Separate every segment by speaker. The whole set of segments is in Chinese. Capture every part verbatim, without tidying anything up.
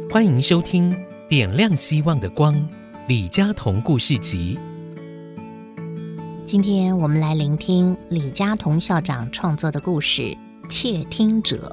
Speaker 1: 欢迎收听《点亮希望的光》李家同故事集。
Speaker 2: 今天我们来聆听李家同校长创作的故事《窃听者》。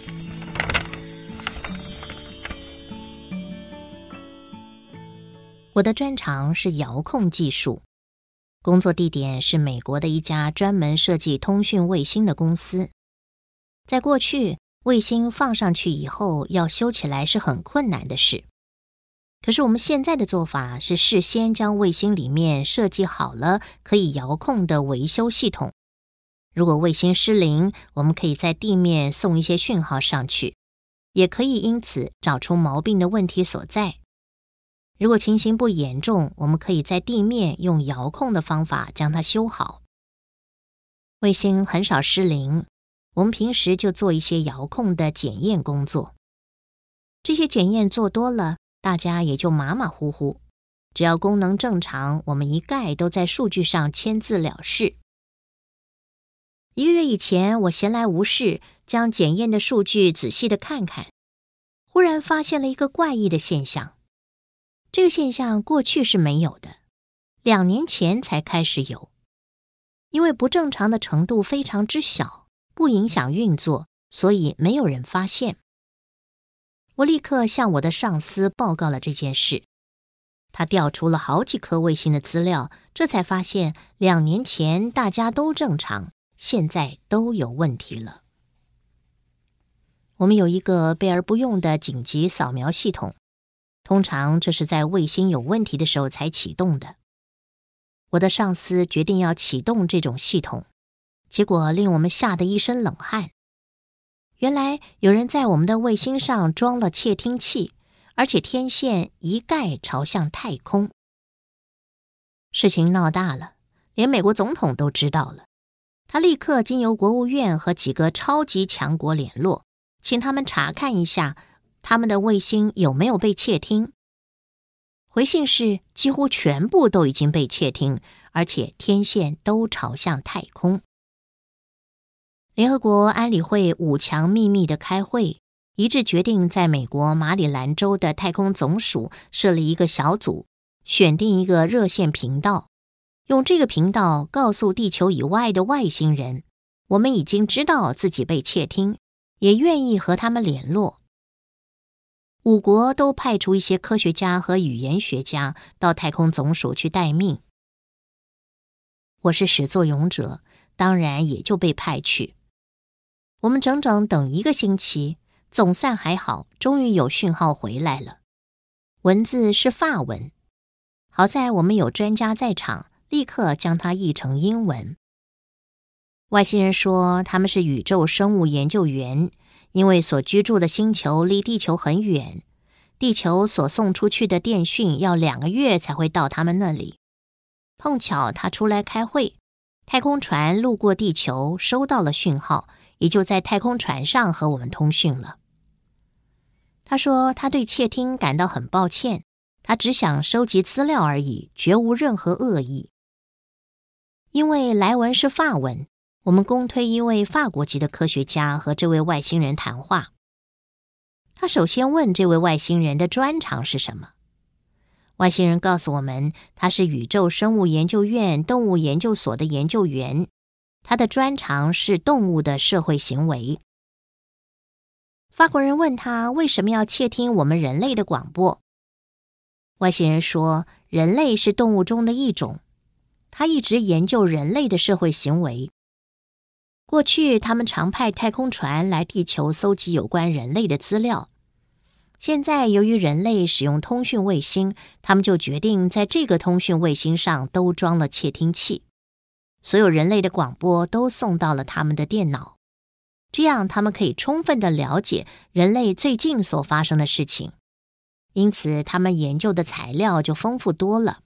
Speaker 2: 我的专长是遥控技术，工作地点是美国的一家专门设计通讯卫星的公司。在过去，卫星放上去以后要修起来是很困难的事。可是我们现在的做法是事先将卫星里面设计好了可以遥控的维修系统。如果卫星失灵，我们可以在地面送一些讯号上去，也可以因此找出毛病的问题所在。如果情形不严重，我们可以在地面用遥控的方法将它修好。卫星很少失灵，我们平时就做一些遥控的检验工作。这些检验做多了，大家也就马马虎虎。只要功能正常，我们一概都在数据上签字了事。一个月以前，我闲来无事，将检验的数据仔细的看看，忽然发现了一个怪异的现象。这个现象过去是没有的，两年前才开始有。因为不正常的程度非常之小，不影响运作，所以没有人发现。我立刻向我的上司报告了这件事。他调出了好几颗卫星的资料，这才发现两年前大家都正常，现在都有问题了。我们有一个备而不用的紧急扫描系统，通常这是在卫星有问题的时候才启动的。我的上司决定要启动这种系统，结果令我们吓得一身冷汗。原来有人在我们的卫星上装了窃听器，而且天线一概朝向太空。事情闹大了，连美国总统都知道了。他立刻经由国务院和几个超级强国联络，请他们查看一下他们的卫星有没有被窃听。回信是几乎全部都已经被窃听，而且天线都朝向太空。联合国安理会五强秘密的开会，一致决定在美国马里兰州的太空总署设立一个小组，选定一个热线频道，用这个频道告诉地球以外的外星人，我们已经知道自己被窃听，也愿意和他们联络。五国都派出一些科学家和语言学家到太空总署去待命。我是始作俑者，当然也就被派去。我们整整等一个星期，总算还好，终于有讯号回来了。文字是法文，好在我们有专家在场，立刻将它译成英文。外星人说他们是宇宙生物研究员，因为所居住的星球离地球很远，地球所送出去的电讯要两个月才会到他们那里。碰巧他出来开会，太空船路过地球，收到了讯号，也就在太空船上和我们通讯了。他说他对窃听感到很抱歉，他只想收集资料而已，绝无任何恶意。因为来文是法文，我们公推一位法国籍的科学家和这位外星人谈话。他首先问这位外星人的专长是什么。外星人告诉我们，他是宇宙生物研究院动物研究所的研究员，他的专长是动物的社会行为。法国人问他为什么要窃听我们人类的广播。外星人说，人类是动物中的一种，他一直研究人类的社会行为。过去他们常派太空船来地球搜集有关人类的资料，现在由于人类使用通讯卫星，他们就决定在这个通讯卫星上都装了窃听器，所有人类的广播都送到了他们的电脑，这样他们可以充分地了解人类最近所发生的事情，因此他们研究的材料就丰富多了。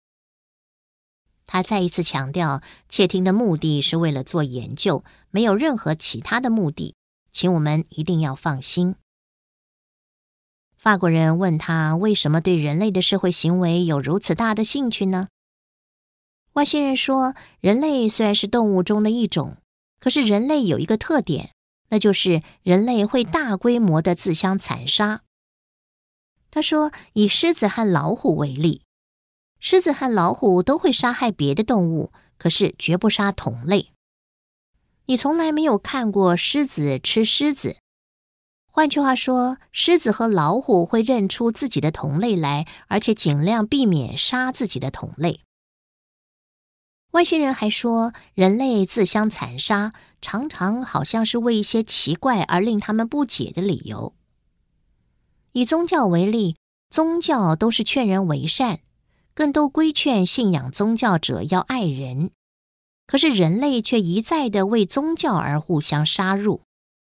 Speaker 2: 他再一次强调，窃听的目的是为了做研究，没有任何其他的目的，请我们一定要放心。法国人问他为什么对人类的社会行为有如此大的兴趣呢？外星人说，人类虽然是动物中的一种，可是人类有一个特点，那就是人类会大规模的自相残杀。 他说，以狮子和老虎为例，狮子和老虎都会杀害别的动物，可是绝不杀同类。你从来没有看过狮子吃狮子。换句话说，狮子和老虎会认出自己的同类来，而且尽量避免杀自己的同类。外星人还说，人类自相残杀，常常好像是为一些奇怪而令他们不解的理由。以宗教为例，宗教都是劝人为善，更都规劝信仰宗教者要爱人。可是人类却一再的为宗教而互相杀戮。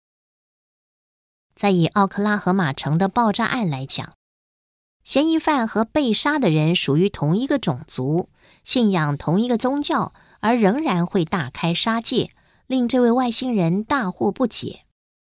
Speaker 2: 再以奥克拉荷马城的爆炸案来讲，嫌疑犯和被杀的人属于同一个种族，信仰同一个宗教，而仍然会大开杀戒，令这位外星人大惑不解。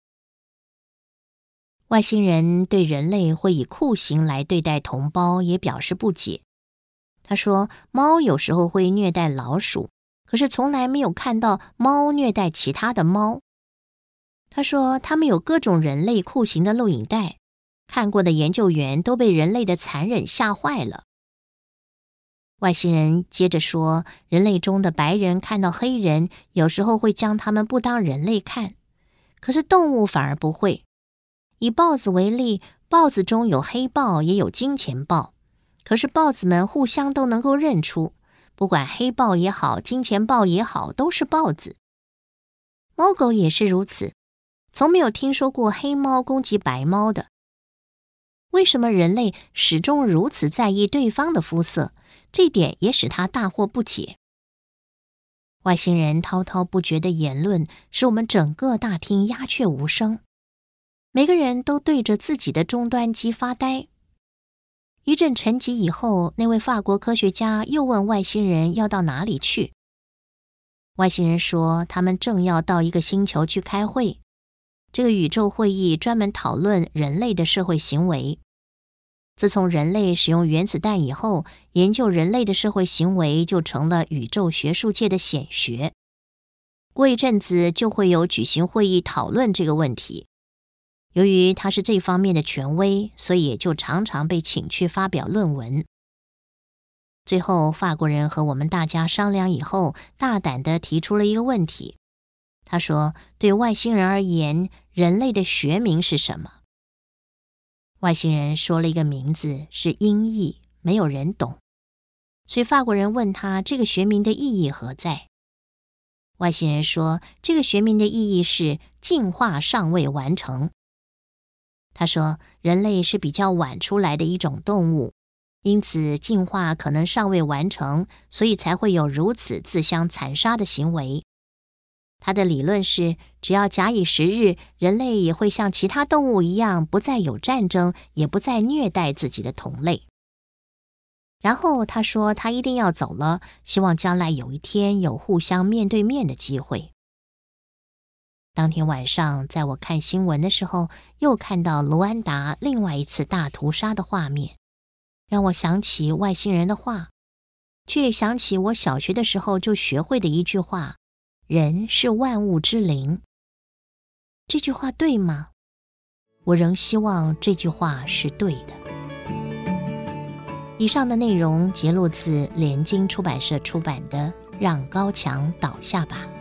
Speaker 2: 外星人对人类会以酷刑来对待同胞也表示不解。他说，猫有时候会虐待老鼠，可是从来没有看到猫虐待其他的猫。他说，他们有各种人类酷刑的录影带，看过的研究员都被人类的残忍吓坏了。外星人接着说，人类中的白人看到黑人，有时候会将他们不当人类看，可是动物反而不会。以豹子为例，豹子中有黑豹也有金钱豹，可是豹子们互相都能够认出，不管黑豹也好，金钱豹也好，都是豹子。猫狗也是如此，从没有听说过黑猫攻击白猫的。为什么人类始终如此在意对方的肤色？这点也使他大惑不解。外星人滔滔不绝的言论使我们整个大厅鸦雀无声，每个人都对着自己的终端机发呆。一阵沉寂以后，那位法国科学家又问外星人要到哪里去。外星人说，他们正要到一个星球去开会，这个宇宙会议专门讨论人类的社会行为。自从人类使用原子弹以后，研究人类的社会行为就成了宇宙学术界的显学。过一阵子就会有举行会议讨论这个问题。由于他是这方面的权威，所以也就常常被请去发表论文。最后，法国人和我们大家商量以后，大胆地提出了一个问题。他说，对外星人而言，人类的学名是什么？外星人说了一个名字，是音译，没有人懂。所以法国人问他，这个学名的意义何在？外星人说，这个学名的意义是进化尚未完成。他说，人类是比较晚出来的一种动物，因此进化可能尚未完成，所以才会有如此自相残杀的行为。他的理论是，只要假以时日，人类也会像其他动物一样，不再有战争，也不再虐待自己的同类。然后他说，他一定要走了，希望将来有一天有互相面对面的机会。当天晚上，在我看新闻的时候，又看到卢安达另外一次大屠杀的画面，让我想起外星人的话，却也想起我小学的时候就学会的一句话，人是万物之灵。这句话对吗？我仍希望这句话是对的。以上的内容节录自联经出版社出版的《让高墙倒下吧》。